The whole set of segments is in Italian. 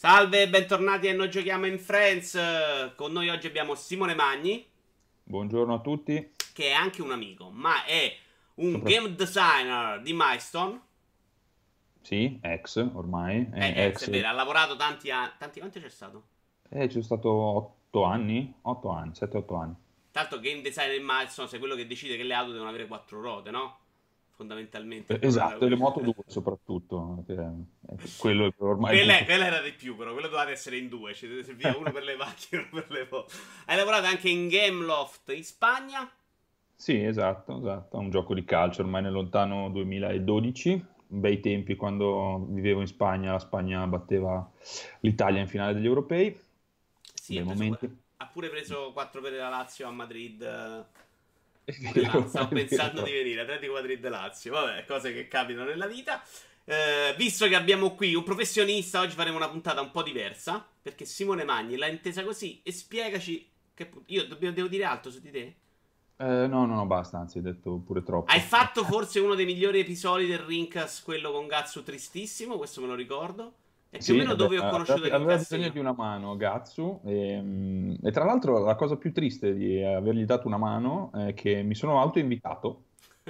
Salve, bentornati a Noi Giochiamo in Friends. Con noi oggi abbiamo Simone Magni, Buongiorno a tutti. che è anche un amico, ma è un Sopra- game designer di Milestone. Sì, ex ormai, È ex, vero, ha lavorato tanti anni. Quanti c'è stato? c'è stato 8 anni, 8 anni, 7-8 anni. Tra l'altro, game designer in Milestone, sei quello che decide che le auto devono avere quattro ruote, no? Fondamentalmente, il problema era Esatto, e le quello. Moto 2 soprattutto, quello è ormai il punto. Quella era di più, però quello doveva essere in due. Ci deve servire uno per le macchine e uno per le moto. Hai lavorato anche in Gameloft in Spagna. Sì, esatto, esatto, un gioco di calcio ormai nel lontano 2012, bei tempi quando vivevo in Spagna, la Spagna batteva l'Italia in finale degli europei, Sì, bei momenti. ha pure preso 4 per la Lazio a Madrid. È Pure là, vero, stavo è pensando di vero. venire. Atletico Madrid-Lazio. Vabbè, cose che capitano nella vita. Visto che abbiamo qui un professionista, oggi faremo una puntata un po' diversa. Perché Simone Magni l'ha intesa così. E spiegaci. Io devo dire altro su di te? No, no, no, basta, anzi, hai detto pure Hai troppo. fatto forse uno dei migliori episodi del Rincas, quello con Gazzu tristissimo. Questo me lo ricordo. È più o Sì, meno dove ho conosciuto aveva Rincas bisogno io. di una mano Gatsu e tra l'altro la cosa più triste di avergli dato una mano è che mi sono autoinvitato.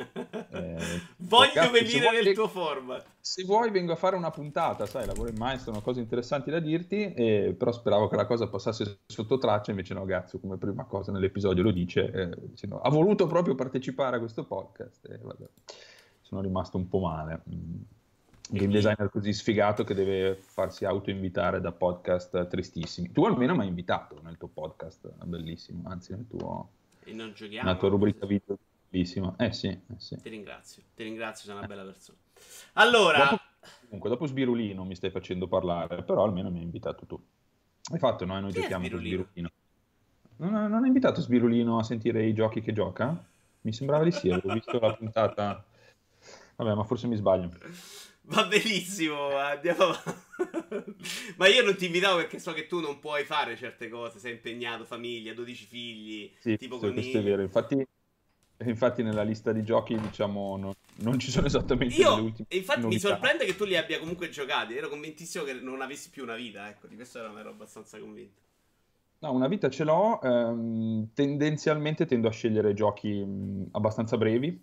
Dico, Voglio Gatsu, venire nel tuo format. se vuoi vengo a fare una puntata, sai, lavoro in Mind, sono cose interessanti da dirti, però speravo che la cosa passasse sotto traccia, invece no, Gatsu come prima cosa nell'episodio lo dice, dicendo, ha voluto proprio partecipare a questo podcast e vabbè, sono rimasto un po' male. Un E game quindi designer così sfigato che deve farsi autoinvitare da podcast tristissimi. Tu almeno mi hai invitato nel tuo podcast, bellissimo, anzi e non nella giochiamo tua anche rubrica se... video, bellissima. Eh sì, eh sì. Ti ringrazio, sei una Eh. bella persona. Allora, Dopo, comunque, dopo Sbirulino mi stai facendo parlare, però almeno mi hai invitato tu. Hai fatto, no? E noi chi è giochiamo con Sbirulino? Sbirulino. Non hai invitato Sbirulino a sentire i giochi che gioca? Mi sembrava di sì, avevo visto la puntata. Vabbè, ma forse mi sbaglio. Va benissimo, andiamo avanti. Ma io non ti invitavo perché so che tu non puoi fare certe cose, sei impegnato, famiglia, 12 figli, Sì, tipo questo è coniglio. vero. Infatti nella lista di giochi, diciamo, non ci sono esattamente delle Io, ultime infatti, mi novità. sorprende che tu li abbia comunque giocati. Ero convintissimo che non avessi più una vita, ecco, di questo ero abbastanza convinto. No, una vita ce l'ho, tendenzialmente tendo a scegliere giochi abbastanza brevi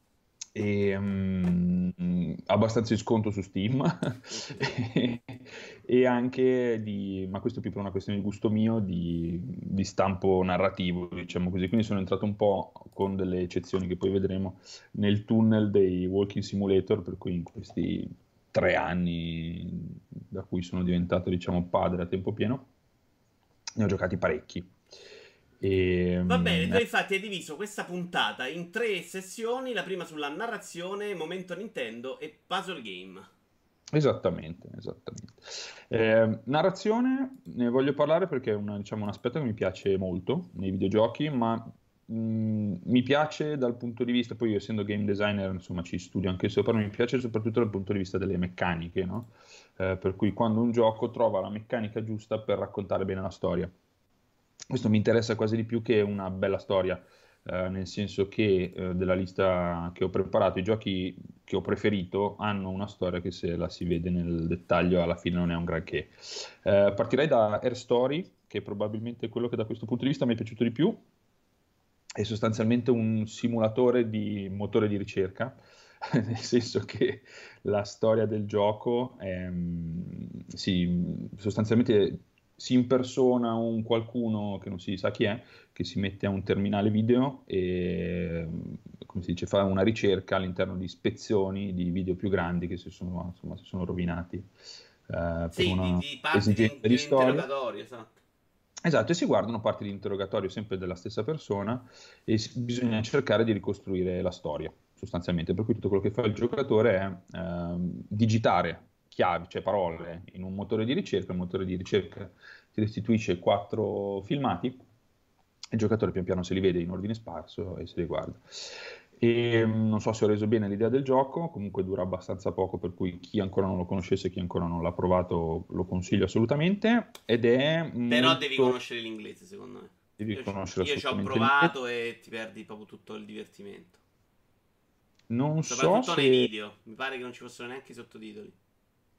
e abbastanza in sconto su Steam Ok. e, e anche ma questo è più per una questione di gusto mio, di stampo narrativo, diciamo così. Quindi sono entrato un po' con delle eccezioni che poi vedremo nel tunnel dei Walking Simulator, per cui in questi 3 anni da cui sono diventato, diciamo, padre a tempo pieno, ne ho giocati parecchi. E, Va bene, tu infatti hai diviso questa puntata in tre sessioni, la prima sulla narrazione, momento Nintendo e puzzle game. esattamente, esattamente. Narrazione, ne voglio parlare perché è diciamo, un aspetto che mi piace molto nei videogiochi, ma mi piace dal punto di vista, poi io essendo game designer, insomma, ci studio anche sopra, mi piace soprattutto dal punto di vista delle meccaniche, no? Per cui quando un gioco trova la meccanica giusta per raccontare bene la storia. Questo mi interessa quasi di più che una bella storia, nel senso che della lista che ho preparato, i giochi che ho preferito hanno una storia che se la si vede nel dettaglio alla fine non è un granché. Partirei da Air Story, che è probabilmente quello che da questo punto di vista mi è piaciuto di più, è sostanzialmente un simulatore di motore di ricerca, nel senso che la storia del gioco sostanzialmente si impersona un qualcuno che non si sa chi è, che si mette a un terminale video e, come si dice, fa una ricerca all'interno di spezzoni di video più grandi che insomma, si sono rovinati per Sì, una di parti esigenza di di un storia. interrogatorio, esatto. Esatto, e si guardano parti di interrogatorio sempre della stessa persona e bisogna cercare di ricostruire la storia, sostanzialmente. Per cui tutto quello che fa il giocatore è digitare chiavi, cioè parole, in un motore di ricerca. Il motore di ricerca ti restituisce 4 filmati, il giocatore pian piano se li vede in ordine sparso e se li guarda. E non so se ho reso bene l'idea del gioco, comunque dura abbastanza poco, per cui chi ancora non lo conoscesse, chi ancora non l'ha provato, lo consiglio assolutamente. Ed è Però devi molto. conoscere l'inglese, secondo me. Devi conoscere Io ci ho assolutamente l'inglese. provato e ti perdi proprio tutto il divertimento. Non so Soprattutto se. nei video. Mi pare che non ci fossero neanche i sottotitoli.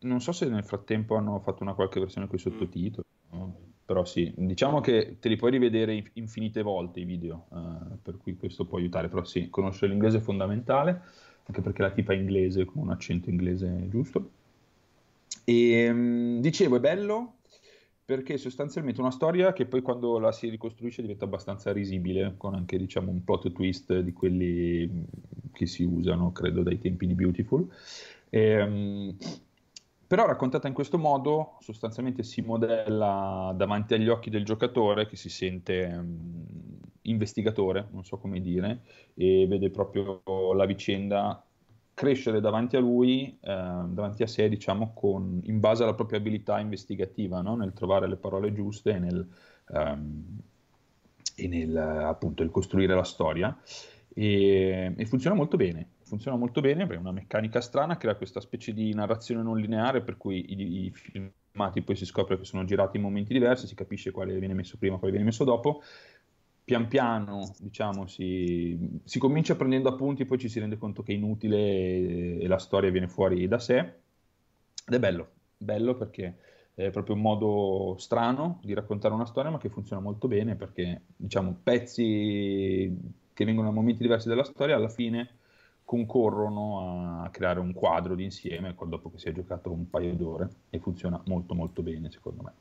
non so se nel frattempo hanno fatto una qualche versione con i Mm. sottotitoli, no? Però sì, diciamo che te li puoi rivedere infinite volte i video, per cui questo può aiutare, però sì, conoscere l'inglese è fondamentale, anche perché la tipa è inglese con un accento inglese giusto. E dicevo, è bello perché sostanzialmente è una storia che poi quando la si ricostruisce diventa abbastanza risibile, con anche diciamo un plot twist di quelli che si usano, credo, dai tempi di Beautiful. Ehm, Però raccontata in questo modo, sostanzialmente si modella davanti agli occhi del giocatore che si sente investigatore, non so come dire, e vede proprio la vicenda crescere davanti a lui, davanti a sé, diciamo, in base alla propria abilità investigativa, no? Nel trovare le parole giuste ehm, e nel appunto il costruire la storia. E funziona molto bene perché è una meccanica strana, crea questa specie di narrazione non lineare per cui i filmati poi si scopre che sono girati in momenti diversi, si capisce quale viene messo prima, quale viene messo dopo. Pian piano, diciamo, si comincia prendendo appunti, poi ci si rende conto che è inutile e la storia viene fuori da sé. Ed è bello perché è proprio un modo strano di raccontare una storia, ma che funziona molto bene perché, diciamo, pezzi che vengono da momenti diversi della storia alla fine concorrono a creare un quadro d'insieme dopo che si è giocato un paio d'ore e funziona molto molto bene, secondo me.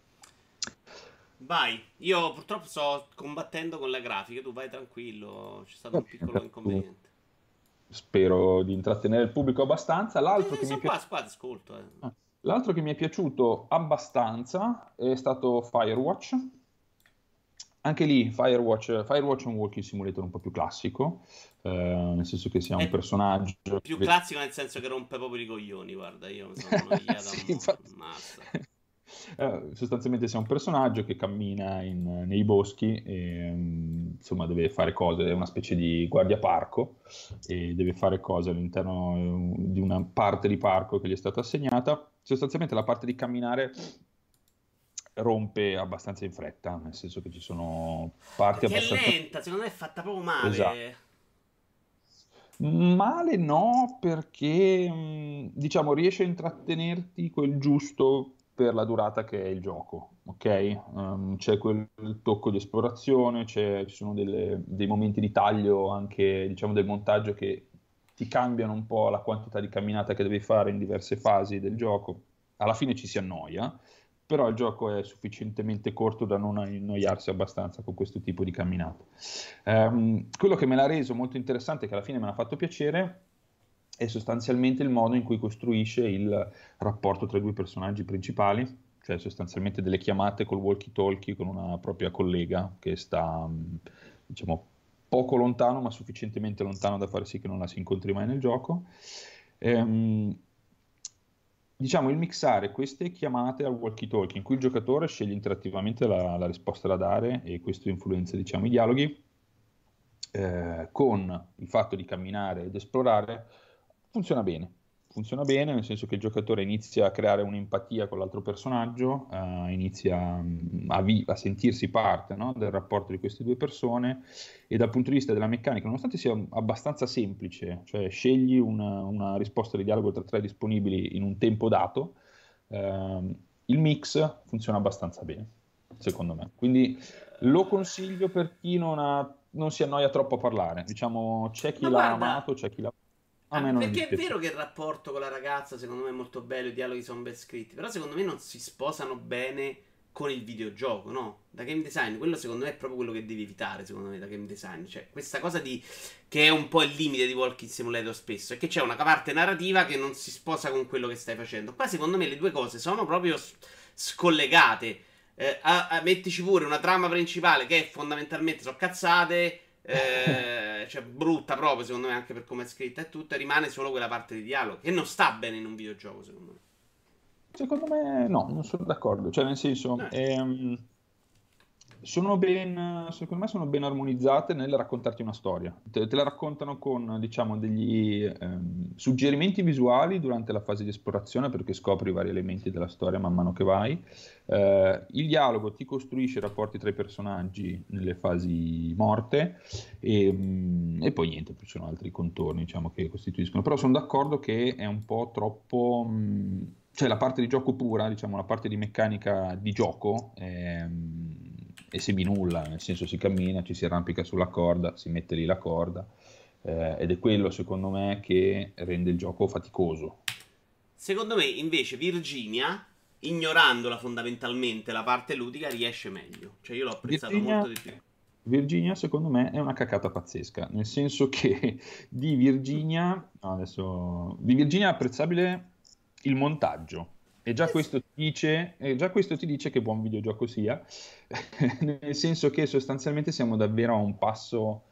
Vai, io purtroppo sto combattendo con le grafiche, tu vai tranquillo, c'è stato Va un bene, piccolo inconveniente. spero di intrattenere il pubblico abbastanza. Sono qua, ti ascolto. L'altro che mi è piaciuto abbastanza è stato Firewatch. Anche lì Firewatch è un walking simulator un po' più classico, nel senso che si ha un È personaggio. più classico nel senso che rompe proprio i coglioni, guarda, io mi sono annoiato a Sì, infatti. ammazza. Sostanzialmente sei un personaggio che cammina nei boschi e insomma deve fare cose, è una specie di guardiaparco e deve fare cose all'interno di una parte di parco che gli è stata assegnata. Sostanzialmente la parte di camminare rompe abbastanza in fretta, nel senso che ci sono parti Perché è abbastanza... lenta, secondo me è fatta proprio Esatto. male. Male no, perché diciamo riesce a intrattenerti quel giusto per la durata che è il gioco, ok? C'è quel tocco di esplorazione, ci sono dei momenti di taglio anche diciamo del montaggio che ti cambiano un po' la quantità di camminata che devi fare in diverse fasi del gioco. Alla fine ci si annoia, però il gioco è sufficientemente corto da non annoiarsi abbastanza con questo tipo di camminata. Quello che me l'ha reso molto interessante, che alla fine me l'ha fatto piacere, è sostanzialmente il modo in cui costruisce il rapporto tra i due personaggi principali, cioè sostanzialmente delle chiamate col walkie-talkie con una propria collega che sta, diciamo, poco lontano, ma sufficientemente lontano da far sì che non la si incontri mai nel gioco. Ehm, diciamo, il mixare queste chiamate al walkie-talkie in cui il giocatore sceglie interattivamente la risposta da dare e questo influenza, diciamo, i dialoghi, con il fatto di camminare ed esplorare, funziona bene. Funziona bene nel senso che il giocatore inizia a creare un'empatia con l'altro personaggio, inizia a sentirsi parte, no, del rapporto di queste due persone e dal punto di vista della meccanica, nonostante sia abbastanza semplice, cioè scegli una risposta di dialogo tra tre disponibili in un tempo dato, il mix funziona abbastanza bene, secondo me. Quindi lo consiglio per chi non si annoia troppo a parlare. Diciamo, c'è chi Ma l'ha guarda, amato, c'è chi l'ha... A me non è perché è dispiaciuto. vero che il rapporto con la ragazza secondo me è molto bello, i dialoghi sono ben scritti, però secondo me non si sposano bene con il videogioco, no? Da game design, quello secondo me è proprio quello che devi evitare, secondo me, da game design. Cioè, questa cosa di... che è un po' il limite di Walking Simulator spesso, è che c'è una parte narrativa che non si sposa con quello che stai facendo. Qua secondo me le due cose sono proprio scollegate. Mettici pure una trama principale che fondamentalmente sono cazzate. Cioè, brutta proprio, secondo me, anche per come è scritta e tutto. Rimane solo quella parte di dialogo che non sta bene in un videogioco, secondo Secondo me no, non sono d'accordo. Cioè, nel senso, me. secondo me sono ben armonizzate nel raccontarti una storia. Te la raccontano con, diciamo, degli suggerimenti visuali durante la fase di esplorazione perché scopri i vari elementi della storia man mano che vai. Il dialogo ti costruisce i rapporti tra i personaggi nelle fasi morte e poi niente, ci sono altri contorni, diciamo, che costituiscono. Però sono d'accordo che è un po' troppo... cioè la parte di gioco pura, diciamo la parte di meccanica di gioco è seminulla, nel senso si cammina, ci si arrampica sulla corda, si mette lì la corda, ed è quello secondo me che rende il gioco faticoso. Secondo me, invece, Virginia, ignorandola fondamentalmente la parte ludica, riesce meglio. Cioè, io l'ho apprezzato molto Virginia, di più. Virginia, secondo me, è una cacata pazzesca, nel senso che di Virginia, no, adesso, di Virginia è apprezzabile il montaggio, Sì. e già questo ti dice che buon videogioco sia, nel senso che sostanzialmente siamo davvero a un passo,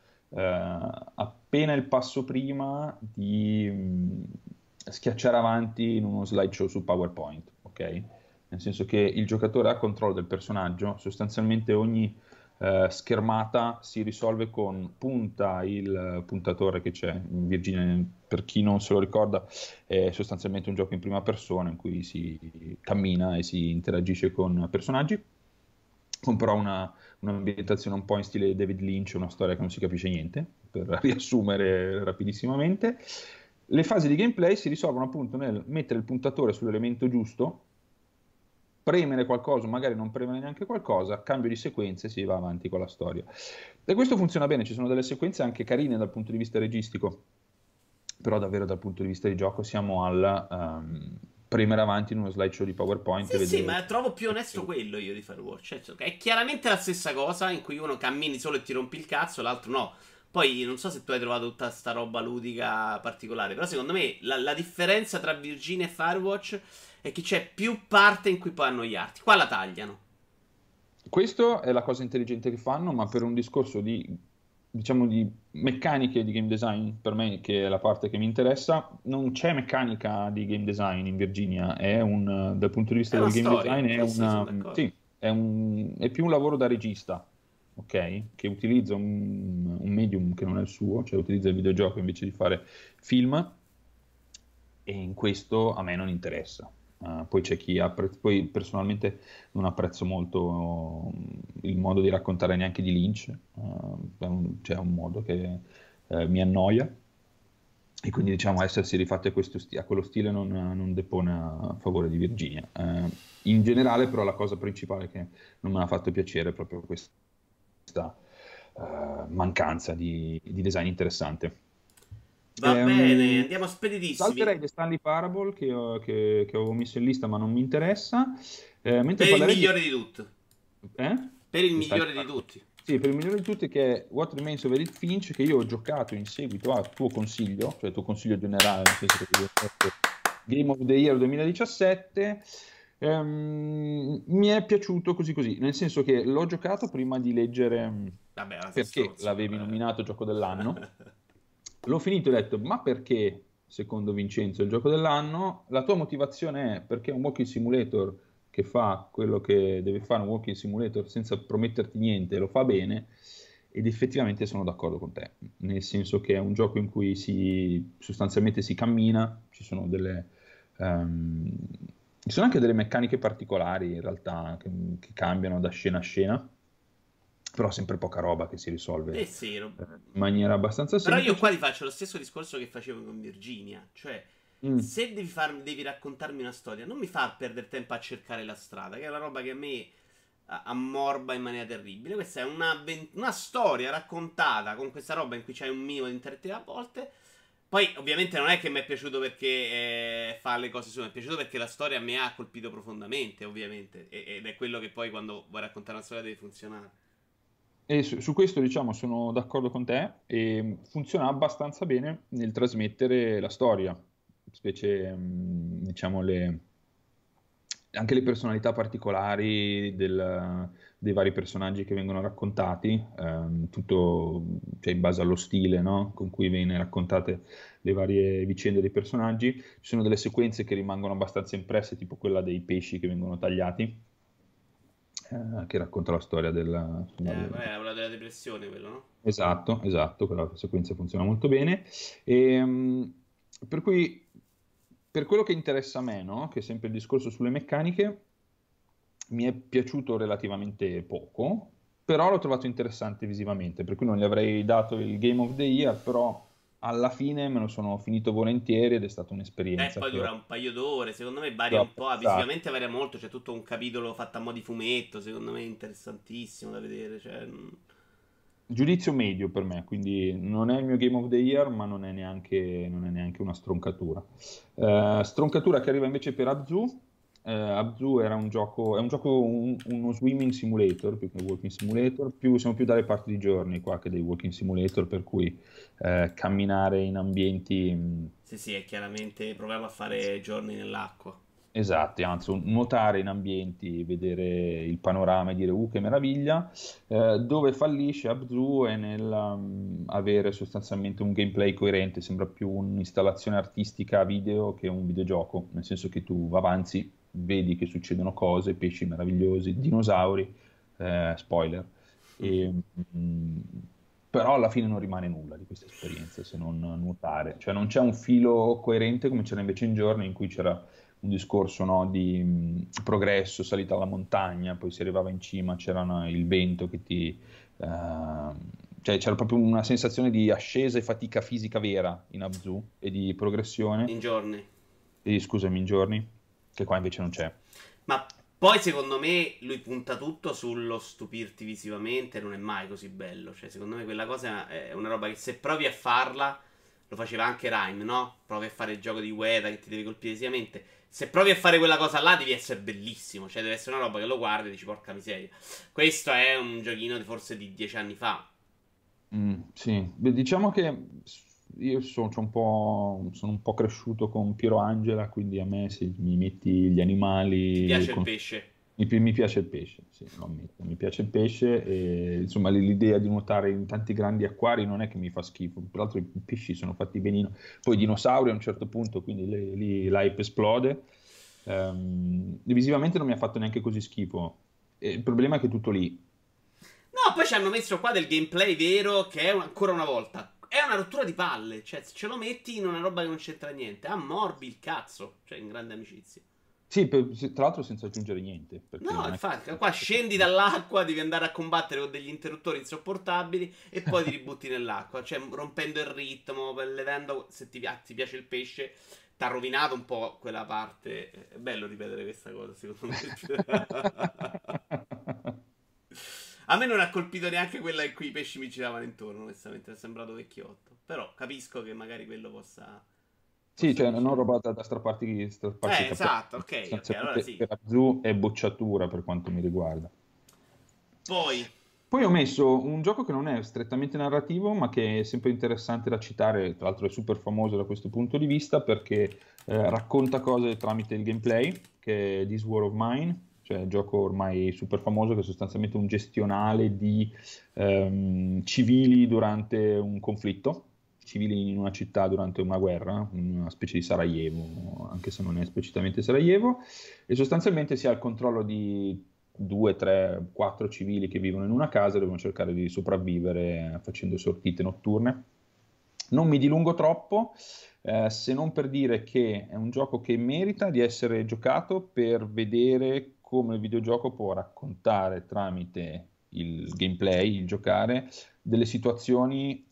appena il passo prima di schiacciare avanti in uno slideshow su PowerPoint, ok? Nel senso che il giocatore ha controllo del personaggio, sostanzialmente ogni schermata si risolve con punta il puntatore che c'è in Virginia, per chi non se lo ricorda, è sostanzialmente un gioco in prima persona in cui si cammina e si interagisce con personaggi, con però un'ambientazione un po' in stile David Lynch, una storia che non si capisce niente, per riassumere rapidissimamente. Le fasi di gameplay si risolvono appunto nel mettere il puntatore sull'elemento giusto, premere qualcosa, magari non premere neanche qualcosa, cambio di sequenze e si va avanti con la storia. E questo funziona bene, ci sono delle sequenze anche carine dal punto di vista registico, però davvero dal punto di vista di gioco siamo al premere avanti in uno slideshow di PowerPoint Sì, e sì, vedere... ma trovo più onesto quello io di Firewatch. Cioè, è chiaramente la stessa cosa in cui uno cammini solo e ti rompi il cazzo, l'altro no. Poi non so se tu hai trovato tutta sta roba ludica particolare, però secondo me la differenza tra Virginia e Firewatch è che c'è più parte in cui puoi annoiarti. Qua la tagliano. Questo è la cosa intelligente che fanno, ma per un discorso di, diciamo, di meccaniche di game design, per me, che è la parte che mi interessa, non c'è meccanica di game design in Virginia, dal punto di È vista una del game storia. design Sì, sì, sono d'accordo. sì, è più un lavoro da regista, ok? Che utilizza un medium che non è il suo, cioè utilizza il videogioco invece di fare film, e in questo a me non interessa. Poi c'è chi apprezza, poi personalmente non apprezzo molto il modo di raccontare neanche di Lynch, c'è un modo che mi annoia e quindi diciamo essersi rifatti a quello stile non depone a favore di Virginia. In generale però la cosa principale che non me l'ha fatto piacere è proprio questa mancanza di design interessante. Va bene, Ehm, andiamo speditissimi. Salterei The Stanley Parable che avevo messo in lista ma non mi interessa, mentre Per il parlerei di... migliore di tutti. Eh? Per il The Stanley migliore di Parable. tutti. Sì, per il migliore di tutti che è What Remains of Edith Finch, che io ho giocato in seguito a tuo consiglio, cioè tuo consiglio generale, nel senso che ti ho detto Game of the Year 2017. Mi è piaciuto così così, nel senso che l'ho giocato prima di leggere Vabbè, ma sei perché stronzo, l'avevi però. nominato gioco dell'anno. L'ho finito e ho detto, ma perché, secondo Vincenzo, il gioco dell'anno? La tua motivazione è perché è un walking simulator che fa quello che deve fare un walking simulator senza prometterti niente, lo fa bene, ed effettivamente sono d'accordo con te, nel senso che è un gioco in cui sostanzialmente si cammina, ci sono anche delle meccaniche particolari in realtà che cambiano da scena a scena, però sempre poca roba che si risolve Eh sì, in maniera abbastanza però io qua semplice. ti faccio lo stesso discorso che facevo con Virginia. Cioè, Mm. se devi raccontarmi una storia, non mi far perdere tempo a cercare la strada, che è una roba che a me ammorba in maniera terribile. Questa è una storia raccontata con questa roba in cui c'hai un minimo di interattività a volte. Poi, ovviamente, non è che mi è piaciuto perché fa le cose su, mi è piaciuto perché la storia mi ha colpito profondamente, ovviamente. Ed è quello che poi quando vuoi raccontare una storia deve funzionare. E su questo, diciamo, sono d'accordo con te e funziona abbastanza bene nel trasmettere la storia, specie, diciamo, anche le personalità particolari dei vari personaggi che vengono raccontati, tutto, cioè, in base allo stile, no? Con cui vengono raccontate le varie vicende dei personaggi. Ci sono delle sequenze che rimangono abbastanza impresse, tipo quella dei pesci che vengono tagliati, che racconta la storia insomma, Qual era quella della depressione, quello, no? Esatto, esatto, quella sequenza funziona molto bene. E, per cui, per quello che interessa a me, no? Che è sempre il discorso sulle meccaniche, mi è piaciuto relativamente poco, però l'ho trovato interessante visivamente, per cui non gli avrei dato il Game of the Year, però alla fine me lo sono finito volentieri ed è stata un'esperienza Poi che dura ho, un paio d'ore, secondo me che varia ho un po', apprezzato. visivamente varia molto, c'è tutto un capitolo fatto a mo' di fumetto, secondo me è interessantissimo da vedere, cioè... Giudizio medio per me, quindi non è il mio Game of the Year, ma non è neanche una stroncatura. Stroncatura che arriva invece per Abzu. Abzu era un gioco, è un gioco, uno swimming simulator più che un walking simulator. Siamo più dalle parti di giorni qua che dei walking simulator, per cui camminare in ambienti. Sì, sì, è chiaramente proviamo a fare giorni nell'acqua. Esatti, anzi, nuotare in ambienti, vedere il panorama e dire che meraviglia. Dove fallisce Abzu è nel avere sostanzialmente un gameplay coerente, sembra più un'installazione artistica video che un videogioco, nel senso che tu avanzi, vedi che succedono cose, pesci meravigliosi, dinosauri, spoiler. E, mh, Però alla fine non rimane nulla di questa esperienza se non nuotare, cioè non c'è un filo coerente come c'era invece in giorni in cui c'era un discorso, no, di progresso, salita alla montagna, poi si arrivava in cima, c'era il vento che cioè c'era proprio una sensazione di ascesa e fatica fisica vera in Abzu e di progressione, In giorni. e scusami, in giorni, che qua invece non c'è. Ma poi secondo me lui punta tutto sullo stupirti visivamente, non è mai così bello. Cioè, secondo me quella cosa è una roba che se provi a farla, lo faceva anche Rhyme, no? Provi a fare il gioco di Ueda che ti deve colpire visivamente. Se provi a fare quella cosa là, devi essere bellissimo. Cioè, deve essere una roba che lo guardi e dici, porca miseria. Questo è un giochino di forse di 10 anni fa. Sì, beh, diciamo che io sono un po' cresciuto con Piero Angela, quindi a me se mi metti gli Ti animali, piace il pesce? mi piace il pesce, sì, lo ammetto, mi piace il pesce e insomma l'idea di nuotare in tanti grandi acquari non è che mi fa schifo, peraltro i pesci sono fatti benino, poi i dinosauri a un certo punto, quindi lì l'hype esplode. Visivamente non mi ha fatto neanche così schifo. Il problema è che è tutto lì. No, poi ci hanno messo qua del gameplay vero che è ancora una volta. È una rottura di palle. Cioè, se ce lo metti in una roba che non c'entra niente. Ammorbi il cazzo. Cioè, in grande amicizia. Sì, tra l'altro senza aggiungere niente, perché No, non è infatti, qua che... scendi dall'acqua, devi andare a combattere con degli interruttori insopportabili e poi ti ributti nell'acqua. Cioè, rompendo il ritmo, levando, se ti piace il pesce, ti ha rovinato un po' quella parte. È bello ripetere questa cosa, secondo me. A me non ha colpito neanche quella in cui i pesci mi giravano intorno, onestamente, mi è sembrato vecchiotto. Però capisco che magari quello Sì, possa cioè non piacere. roba da strapparsi i capelli. Esatto, ok, allora Sostanzialmente sì. per Abzu è bocciatura per quanto mi riguarda. Poi, Poi ho messo un gioco che non è strettamente narrativo, ma che è sempre interessante da citare, tra l'altro è super famoso da questo punto di vista perché racconta cose tramite il gameplay, che è This War of Mine, cioè il gioco ormai super famoso che è sostanzialmente un gestionale di civili durante un conflitto, civili in una città durante una guerra, una specie di Sarajevo, anche se non è esplicitamente Sarajevo, e sostanzialmente si ha il controllo di due, tre, quattro civili che vivono in una casa e devono cercare di sopravvivere facendo sortite notturne. Non mi dilungo troppo, se non per dire che è un gioco che merita di essere giocato per vedere come il videogioco può raccontare tramite il gameplay, il giocare, delle situazioni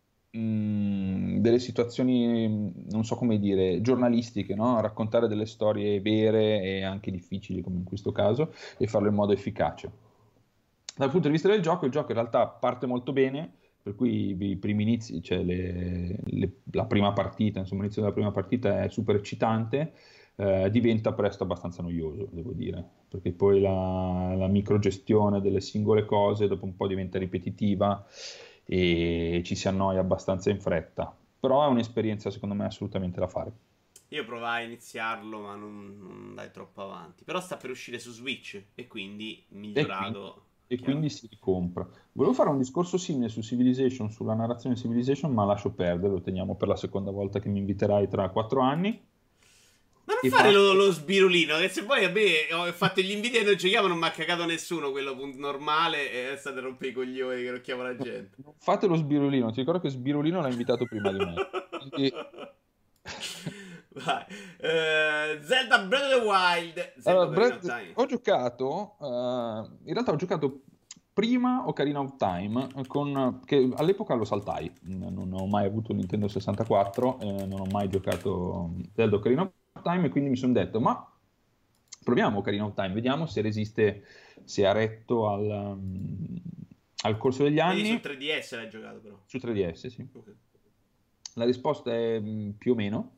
non so come dire, giornalistiche, no? Raccontare delle storie vere e anche difficili, come in questo caso, e farlo in modo efficace. Dal punto di vista del gioco, il gioco in realtà parte molto bene, per cui i primi inizi, cioè la prima partita, insomma, l'inizio della prima partita è super eccitante, diventa presto abbastanza noioso, devo dire, perché poi la microgestione delle singole cose dopo un po' diventa ripetitiva e ci si annoia abbastanza in fretta. Però è un'esperienza, secondo me, assolutamente da fare. io provai a iniziarlo, ma non andai troppo avanti. Però sta per uscire su Switch e quindi E quindi, migliorato, e quindi chiaramente. si ricompra. Volevo fare un discorso simile su Civilization, sulla narrazione di Civilization, ma lascio perdere, lo teniamo per la seconda volta che mi inviterai tra 4 anni. Ma non E fare passo. lo sbirulino, che se poi a me ho fatto gli inviti e noi giochiamo non mi ha cagato nessuno, quello normale, e adesso ti rompe i coglioni che non chiamo la gente. Non fate lo sbirulino, ti ricordo che Sbirulino l'ha invitato prima di me. Quindi... Vai. Zelda Breath of the Wild. Zelda Allora, Ocarina of Time. ho giocato, in realtà ho giocato prima Ocarina of Time, che all'epoca lo saltai, non ho mai avuto un Nintendo 64, non ho mai giocato Zelda Ocarina of Time, e quindi mi sono detto, ma proviamo Ocarina of Time, vediamo se resiste, se ha retto al corso degli Quindi su anni. 3DS l'hai giocato però. Su 3DS, sì. Ok. La risposta è più o meno.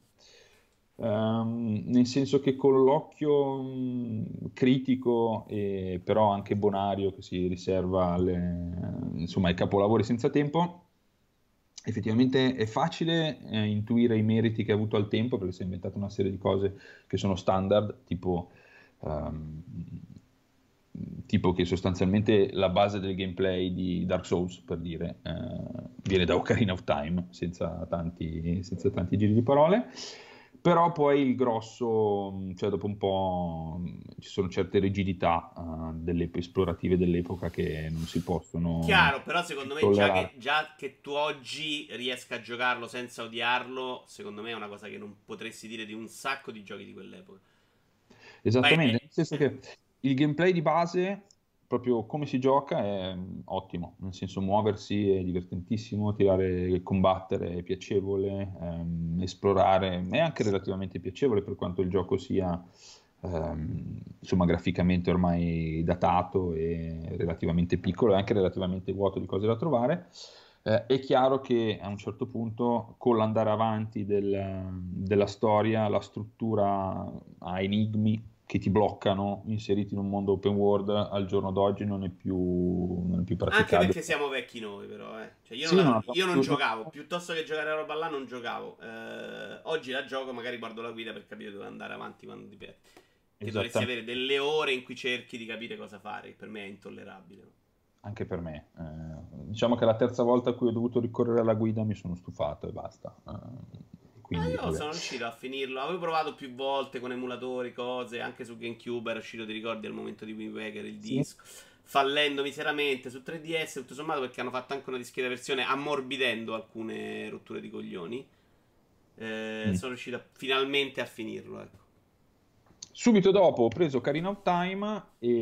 Nel senso che con l'occhio critico e però anche bonario che si riserva insomma, ai capolavori senza tempo, effettivamente è facile intuire i meriti che ha avuto al tempo, perché si è inventato una serie di cose che sono standard, ehm, tipo che sostanzialmente la base del gameplay di Dark Souls, per dire, viene da Ocarina of Time, senza tanti giri di parole. Però poi il grosso, cioè dopo un po' ci sono certe rigidità esplorative dell'epoca che non si possono Chiaro, però secondo me tollerare. già che tu oggi riesca a giocarlo senza odiarlo, secondo me è una cosa che non potresti dire di un sacco di giochi di quell'epoca. Poi Esattamente, nel senso che il gameplay di base, proprio come si gioca, è ottimo, nel senso muoversi è divertentissimo, combattere è piacevole, esplorare è anche relativamente piacevole per quanto il gioco sia insomma graficamente ormai datato e relativamente piccolo e anche relativamente vuoto di cose da trovare. È chiaro che a un certo punto, con l'andare avanti della storia, la struttura a enigmi che ti bloccano, inseriti in un mondo open world, al giorno d'oggi non è più anche praticabile. perché siamo vecchi noi, però, eh. Cioè, Sì, non io abbiamo non più, giocavo, piuttosto che giocare a roba là non giocavo. Oggi la gioco, magari guardo la guida per capire dove andare avanti quando ti perdi. Che dovresti avere esattamente, delle ore in cui cerchi di capire cosa fare, che per me è intollerabile. anche per me. Diciamo che la terza volta a cui ho dovuto ricorrere alla guida mi sono stufato e basta. Quindi, Io vabbè. sono riuscito a finirlo. Avevo provato più volte con emulatori, cose. Anche su GameCube era uscito, ti ricordi, al momento di Wind Waker il Sì. disco. Fallendo miseramente su 3DS, tutto sommato, perché hanno fatto anche una discreta versione ammorbidendo alcune rotture di coglioni. Mm. Sono riuscito finalmente a finirlo. Ecco. Subito dopo ho preso Ocarina of Time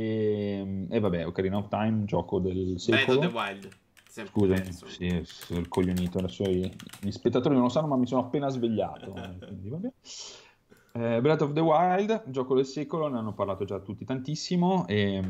e vabbè, Ocarina of Time, gioco del Breath of the secolo. Wild. Sempre Scusami, perso. sì, sono il coglionito, adesso gli spettatori non lo sanno, ma mi sono appena svegliato, quindi vabbè. Breath of the Wild, gioco del secolo, ne hanno parlato già tutti tantissimo.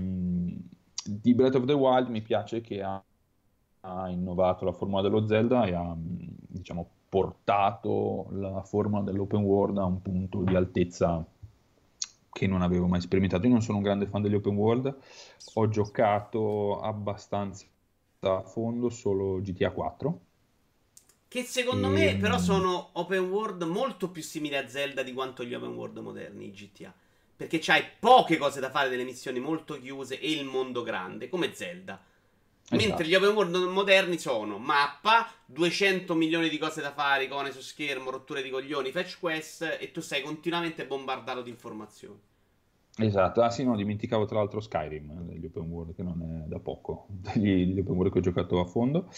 Di Breath of the Wild mi piace che ha innovato la formula dello Zelda e ha, diciamo, portato la formula dell'open world a un punto di altezza che non avevo mai sperimentato. Io non sono un grande fan degli open world, ho giocato abbastanza a fondo solo GTA 4. Che secondo E, me però sono open world molto più simili a Zelda di quanto gli open world moderni, GTA. Perché c'hai poche cose da fare, delle missioni molto chiuse e il mondo grande, come Zelda. Mentre gli esatto. open world moderni sono mappa, 200 milioni di cose da fare, icone su schermo, rotture di coglioni, fetch quest e tu sei continuamente bombardato di informazioni. Esatto, ah sì, no, dimenticavo tra l'altro Skyrim, degli open world, che non è da poco, degli open world che ho giocato a fondo.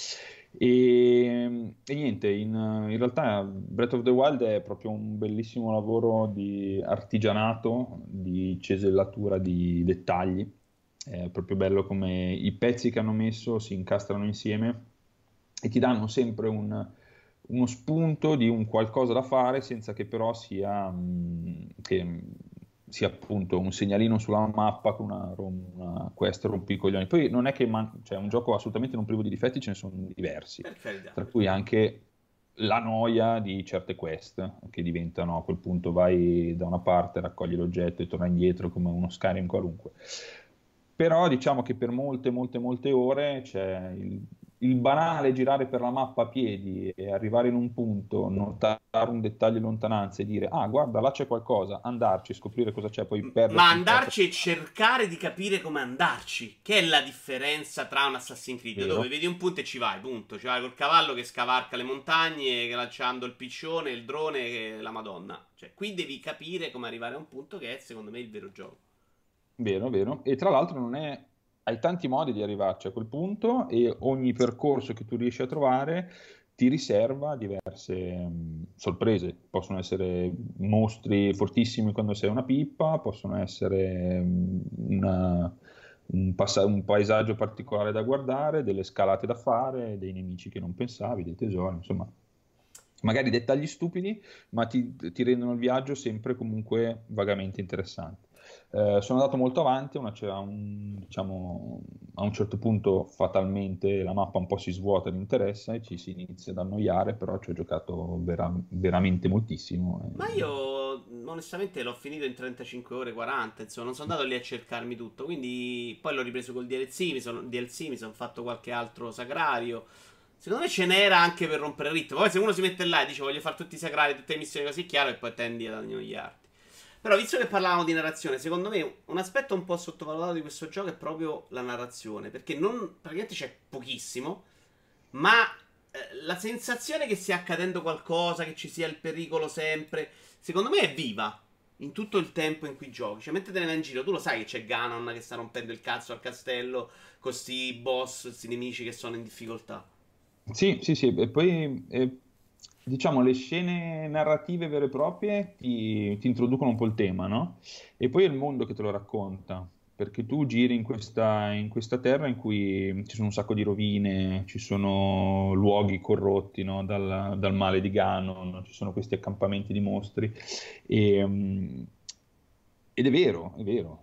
E niente, in realtà Breath of the Wild è proprio un bellissimo lavoro di artigianato, di cesellatura di dettagli. È proprio bello come i pezzi che hanno messo si incastrano insieme e ti danno sempre uno spunto di un qualcosa da fare senza che però che sia appunto un segnalino sulla mappa con una quest rompi i coglioni. Poi non è che cioè, è un gioco assolutamente non privo di difetti, ce ne sono diversi, Per carità, tra per cui carità. anche la noia di certe quest che diventano a quel punto vai da una parte, raccogli l'oggetto e torna indietro come uno Skyrim qualunque. Però diciamo che per molte, molte, molte ore c'è il banale girare per la mappa a piedi e arrivare in un punto, notare un dettaglio in lontananza e dire ah guarda là c'è qualcosa, andarci, scoprire cosa c'è, poi Ma perdersi in qualche... andarci e cercare di capire come andarci. Che è la differenza tra un Assassin's Creed dove Vero? vedi un punto e ci vai, punto. Ci vai col cavallo che scavarca le montagne, che lanciando il piccione, il drone, che la Madonna. Cioè, qui devi capire come arrivare a un punto che è, secondo me, il vero gioco. Vero, vero. E tra l'altro non è... hai tanti modi di arrivarci a quel punto e ogni percorso che tu riesci a trovare ti riserva diverse sorprese. Possono essere mostri fortissimi quando sei una pippa, possono essere un paesaggio particolare da guardare, delle scalate da fare, dei nemici che non pensavi, dei tesori, insomma, magari dettagli stupidi, ma ti rendono il viaggio sempre comunque vagamente interessante. Sono andato molto avanti, diciamo, a un certo punto fatalmente la mappa un po' si svuota di interesse e ci si inizia ad annoiare, però ci ho giocato veramente moltissimo. Ma io onestamente l'ho finito in 35 ore 40, insomma, non sono andato lì a cercarmi tutto, quindi poi l'ho ripreso col DLC, mi sono fatto qualche altro sagrario. Secondo me ce n'era anche per rompere il ritmo. Poi se uno si mette là e dice voglio fare tutti i sagrari, tutte le missioni così chiaro e poi tendi ad annoiarti. Però visto che parlavamo di narrazione, secondo me un aspetto un po' sottovalutato di questo gioco è proprio la narrazione, perché non praticamente c'è pochissimo, ma la sensazione che stia accadendo qualcosa, che ci sia il pericolo sempre, secondo me è viva in tutto il tempo in cui giochi. Cioè, mentre te ne vai in giro, tu lo sai che c'è Ganon che sta rompendo il cazzo al castello, con sti boss, questi nemici che sono in difficoltà. Sì, sì, sì, e poi diciamo le scene narrative vere e proprie ti introducono un po' il tema, no? E poi è il mondo che te lo racconta, perché tu giri in questa terra in cui ci sono un sacco di rovine, ci sono luoghi corrotti, no? Dal male di Ganon, ci sono questi accampamenti di mostri. E, ed è vero,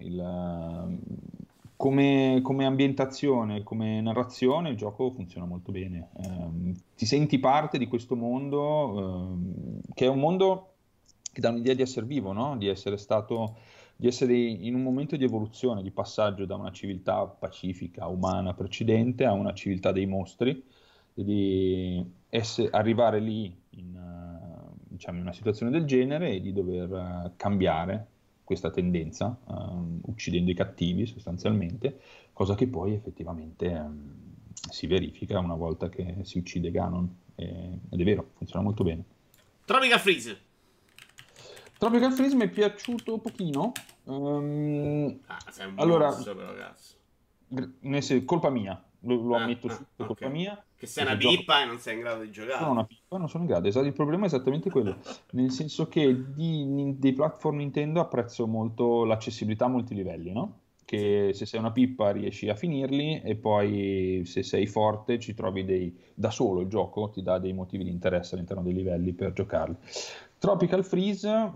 come ambientazione, come narrazione, il gioco funziona molto bene. Ti senti parte di questo mondo, che è un mondo che dà un'idea di essere vivo, no? Di essere in un momento di evoluzione, di passaggio da una civiltà pacifica, umana, precedente a una civiltà dei mostri, e di arrivare lì diciamo, in una situazione del genere e di dover cambiare questa tendenza, uccidendo i cattivi sostanzialmente, cosa che poi effettivamente si verifica una volta che si uccide Ganon. Ed è vero, funziona molto bene. Tropical Freeze. Tropical Freeze mi è piaciuto pochino. Ah, sei un Allora, mostro però, cazzo. colpa mia, lo ammetto subito, colpa Ok. mia, Che sei una perché gioco. pippa e non sei in grado di Sono giocare. una pippa, non sono in grado. Esatto, il problema è esattamente quello, nel senso che dei platform Nintendo apprezzo molto l'accessibilità a molti livelli, no? Sì. Che se sei una pippa riesci a finirli e poi se sei forte ci trovi da solo il gioco ti dà dei motivi di interesse all'interno dei livelli per giocarli. Tropical Freeze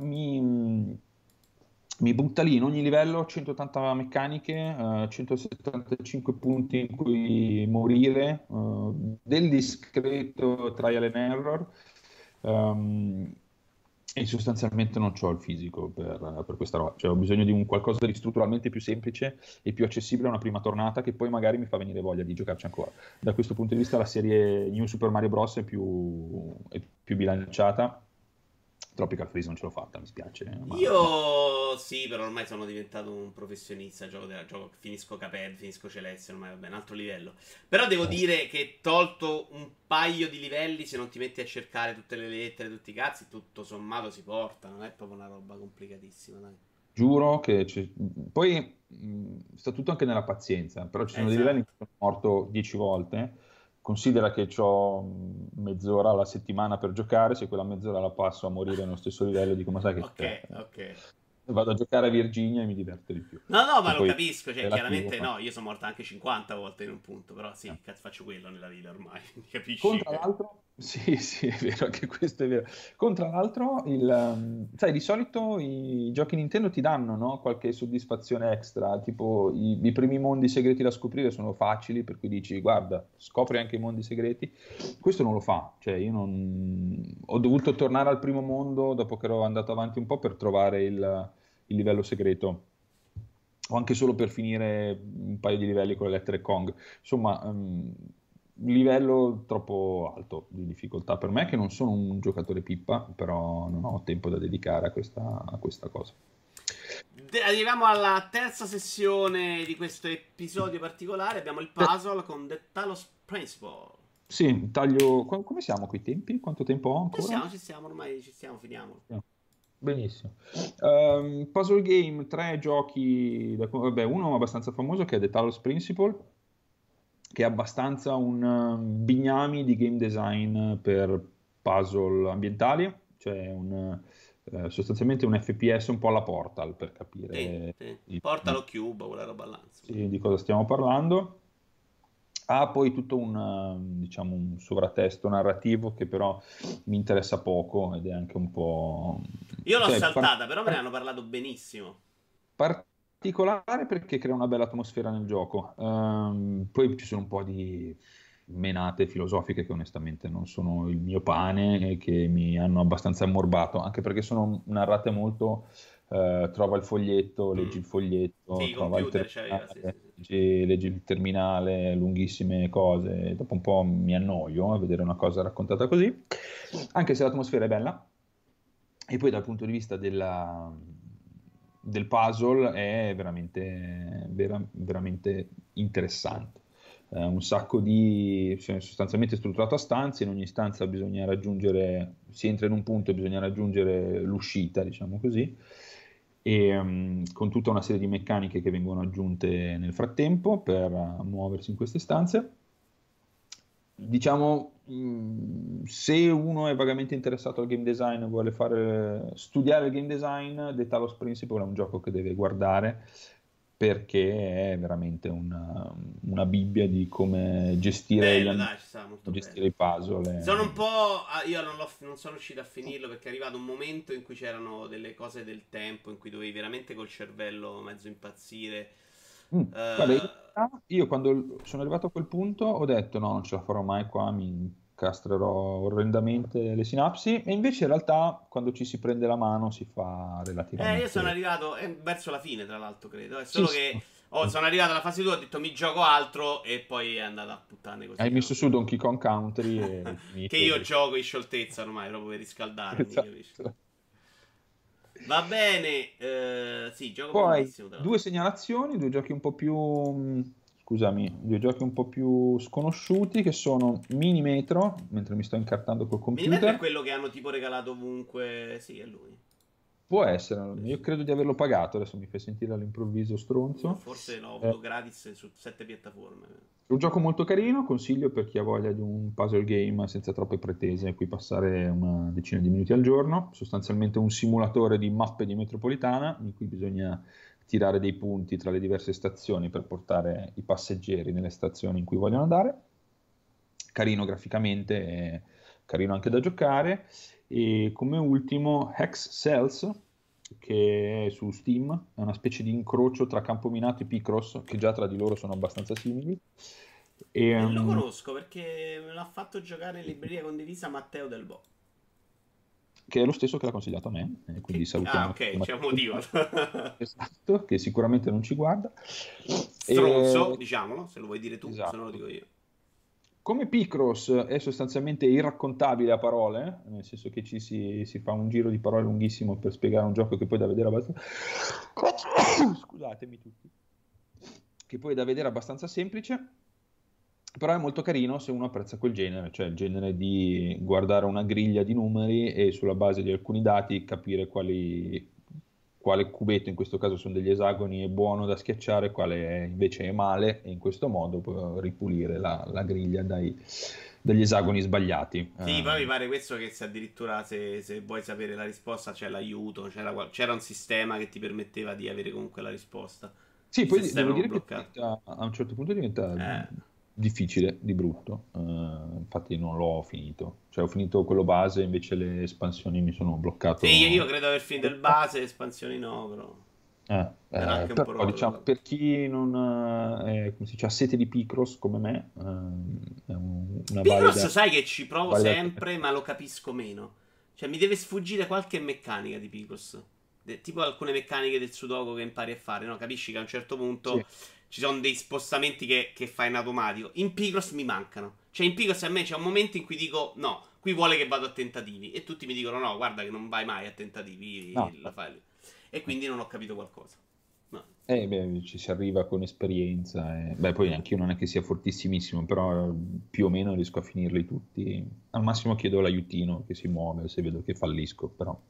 mi butta lì in ogni livello 180 meccaniche, 175 punti in cui morire, del discreto trial and error, ehm, e sostanzialmente non ho il fisico per questa roba, cioè ho bisogno di un qualcosa di strutturalmente più semplice e più accessibile a una prima tornata che poi magari mi fa venire voglia di giocarci ancora. Da questo punto di vista la serie New Super Mario Bros. È più bilanciata. Tropical Freeze non ce l'ho fatta, mi spiace, ma Io sì, però ormai sono diventato un professionista. Finisco Cuphead, finisco Celeste, ormai va bene, altro livello. Però devo dire che tolto un paio di livelli, se non ti metti a cercare tutte le lettere, tutti i cazzi, tutto sommato si porta. Non è proprio una roba complicatissima, dai. giuro che poi sta tutto anche nella pazienza, però ci sono dei livelli in Esatto. cui sono morto 10 volte. Considera che ho mezz'ora alla settimana per giocare, se quella mezz'ora la passo a morire nello stesso livello, dico, ma sai che Ok, c'è? ok. Vado a giocare a Virginia e mi diverto di più. No, no, ma Che lo poi capisco. è Cioè, relativo. chiaramente no, io sono morto anche 50 volte in un punto. Però sì, cazzo, faccio quello nella vita ormai. Capisci Contra che. l'altro, sì, sì, è vero, anche questo è vero. Contra l'altro, sai, di solito i giochi Nintendo ti danno, no, qualche soddisfazione extra, tipo i primi mondi segreti da scoprire sono facili, per cui dici, guarda, scopri anche i mondi segreti. Questo non lo fa, cioè io ho dovuto tornare al primo mondo dopo che ero andato avanti un po' per trovare il livello segreto. O anche solo per finire un paio di livelli con le lettere Kong. Insomma, livello troppo alto di difficoltà per me, che non sono un giocatore pippa, però non ho tempo da dedicare a questa cosa. Arriviamo alla terza sessione di questo episodio particolare. Abbiamo il puzzle con The Talos Principle. Sì, taglio. Come siamo coi tempi? Quanto tempo ho Ci ancora? siamo, ci siamo, ormai ci siamo, finiamo. No. Benissimo. Puzzle game, tre giochi, vabbè, uno abbastanza famoso che è The Talos Principle, che è abbastanza un bignami di game design per puzzle ambientali, cioè sostanzialmente un FPS un po' alla Portal, per Sì, capire sì. Portalo Cube, quella roba là, insomma. sì, di cosa stiamo parlando. Ha poi tutto diciamo, un sovratesto narrativo che però mi interessa poco ed è anche un po'... Io l'ho cioè, saltata, però me ne hanno parlato benissimo. particolare perché crea una bella atmosfera nel gioco. Poi ci sono un po' di menate filosofiche che onestamente non sono il mio pane e che mi hanno abbastanza ammorbato, anche perché sono narrate molto, trova il foglietto, leggi Mm. il foglietto, Sì, trova il computer c'aveva, sì, terminale, sì, sì. leggi il terminale, lunghissime cose, dopo un po' mi annoio a vedere una cosa raccontata così, anche se l'atmosfera è bella. E poi dal punto di vista del puzzle è veramente interessante. Un sacco cioè, sostanzialmente strutturato a stanze, in ogni stanza bisogna raggiungere, si entra in un punto e bisogna raggiungere l'uscita, diciamo così, e con tutta una serie di meccaniche che vengono aggiunte nel frattempo per muoversi in queste stanze. Diciamo, se uno è vagamente interessato al game design e vuole studiare il game design, The Talos Principle è un gioco che deve guardare perché è veramente una Bibbia di come gestire Bello, dai, ci sta, molto bello. gestire i puzzle. Sono un po'. Io non sono riuscito a finirlo perché è arrivato un momento in cui c'erano delle cose del tempo in cui dovevi veramente col cervello mezzo impazzire. Guarda, in Eh, realtà io quando sono arrivato a quel punto ho detto no, non ce la farò mai qua, mi incastrerò orrendamente le sinapsi e invece in realtà quando ci si prende la mano si fa io sono relativamente... arrivato verso la fine, tra l'altro, credo. È Sì, solo sì. che sono arrivato alla fase 2, ho detto mi gioco altro e poi è andata a puttane Hai così. messo su Donkey Kong Country e Che finito io lì. gioco in scioltezza ormai, proprio per riscaldarmi, capisci? Esatto. Va bene, sì, gioco Poi bellissimo, tra due l'altro. segnalazioni, due giochi un po' più, scusami, due giochi un po' più sconosciuti che sono Mini Metro, mentre mi sto incartando col Minimetro è computer. quello che hanno tipo regalato ovunque. Sì, è lui. Può essere, Sì, io sì. credo di averlo pagato, adesso mi fai sentire all'improvviso Io stronzo. forse l'ho È avuto gratis su 7 piattaforme. un gioco molto carino, consiglio per chi ha voglia di un puzzle game senza troppe pretese, in cui passare una decina di minuti al giorno, sostanzialmente un simulatore di mappe di metropolitana in cui bisogna tirare dei punti tra le diverse stazioni per portare i passeggeri nelle stazioni in cui vogliono andare. Carino graficamente, e carino anche da giocare. E come ultimo Hex Cells, che è su Steam, è una specie di incrocio tra Campominato e Picross, che già tra di loro sono abbastanza simili. E, Lo conosco perché me l'ha fatto giocare in libreria condivisa Matteo Del Bo. che è lo stesso che l'ha consigliato a me, quindi Ah, salutiamo ok, c'è un Matteo, motivo. esatto, che sicuramente non ci guarda. Stronzo, E, diciamolo, se lo vuoi dire tu, se no lo esatto. dico io. Come Picross è sostanzialmente irraccontabile a parole, nel senso che si fa un giro di parole lunghissimo per spiegare un gioco che poi è da vedere abbastanza... Scusatemi tutti. Che poi è da vedere abbastanza semplice, però è molto carino se uno apprezza quel genere, cioè il genere di guardare una griglia di numeri e sulla base di alcuni dati capire quale cubetto, in questo caso sono degli esagoni, è buono da schiacciare, quale invece è male, e in questo modo puoi ripulire la griglia dagli esagoni sbagliati. Sì, poi mi pare questo che se addirittura se vuoi sapere la risposta c'è l'aiuto, c'era un sistema che ti permetteva di avere comunque la risposta. Sì, Se poi stai devo proprio dire che bloccato. a un certo punto diventa Eh. difficile, di brutto. Infatti non l'ho finito. Cioè ho finito quello base, invece le espansioni mi sono Sì, io bloccato. credo aver finito il base, espansioni no, però. Era anche un po' Però rotto. diciamo, per chi non come si dice, ha sete di Picross come me, è una Picross valida, sai che ci provo valida sempre, ma lo capisco meno. Cioè, mi deve sfuggire qualche meccanica di Picross. Tipo alcune meccaniche del Sudoku che impari a fare, no? Capisci che a un certo sì. punto ci sono dei spostamenti che fai in automatico. In Picross mi mancano. Cioè, in Picross a me c'è un momento in cui dico no, qui vuole che vado a tentativi. E tutti mi dicono no, guarda che non vai mai a No, tentativi, lo fai lì. E quindi non ho capito qualcosa. No. beh, ci si arriva con esperienza. Beh, poi anche io non è che sia fortissimissimo, però più o meno riesco a finirli tutti. Al massimo chiedo l'aiutino che si muove se vedo che fallisco, però.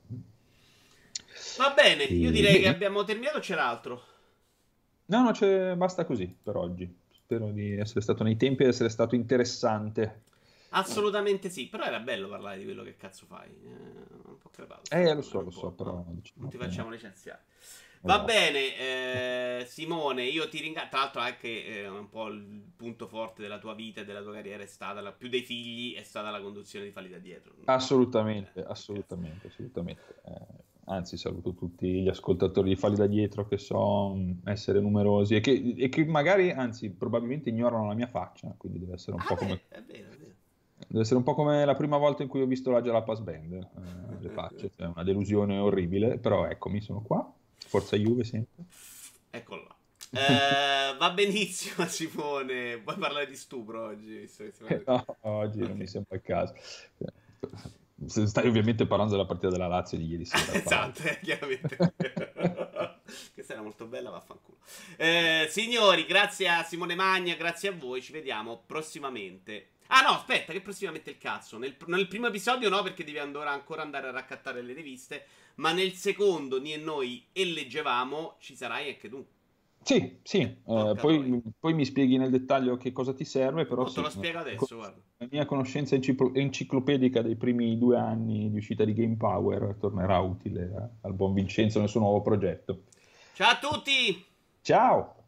Va bene, io direi che Bene. abbiamo terminato. C'era altro. No, no, basta così per oggi. Spero di essere stato nei tempi e essere stato interessante. Assolutamente sì, però era bello parlare di quello che cazzo fai. Un po' crepato. Lo so, però Non diciamo ti che... facciamo licenziare. Va Esatto. bene, Simone, io ti ringrazio. Tra l'altro, anche un po' il punto forte della tua vita e della tua carriera è stata, più dei figli, è stata la conduzione di Falli da dietro. Assolutamente, Scherzo. assolutamente, assolutamente. Anzi, saluto tutti gli ascoltatori di Falli da dietro che so essere numerosi e che magari, anzi, probabilmente ignorano la mia faccia, quindi deve essere un Ah, po' come, beh, è vero, è vero. deve essere un po' come la prima volta in cui ho visto la Jalapas Band, le facce, cioè, una delusione orribile, però eccomi, sono qua, Forza Juve sempre. Eccolo là. Va benissimo, Simone. Vuoi parlare di stupro oggi? Visto che si parla No, oggi non mi Ok. sembra il caso. Stai ovviamente parlando della partita della Lazio di ieri sera, tra Esatto, l'altro. chiaramente. Questa era molto bella, vaffanculo. Signori, grazie a Simone Magna, grazie a voi. Ci vediamo prossimamente. Ah, no, aspetta, che prossimamente il cazzo. Nel primo episodio no, perché devi ancora andare a raccattare le riviste. Ma nel secondo, Ni e noi e leggevamo, ci sarai anche tu. Sì, sì, Porca troia. poi mi spieghi nel dettaglio che cosa ti serve, però Oh, te sì, lo spiego adesso, guarda. la mia conoscenza enciclopedica dei primi 2 anni di uscita di Game Power tornerà utile al buon Vincenzo nel suo nuovo progetto. Ciao a tutti! Ciao!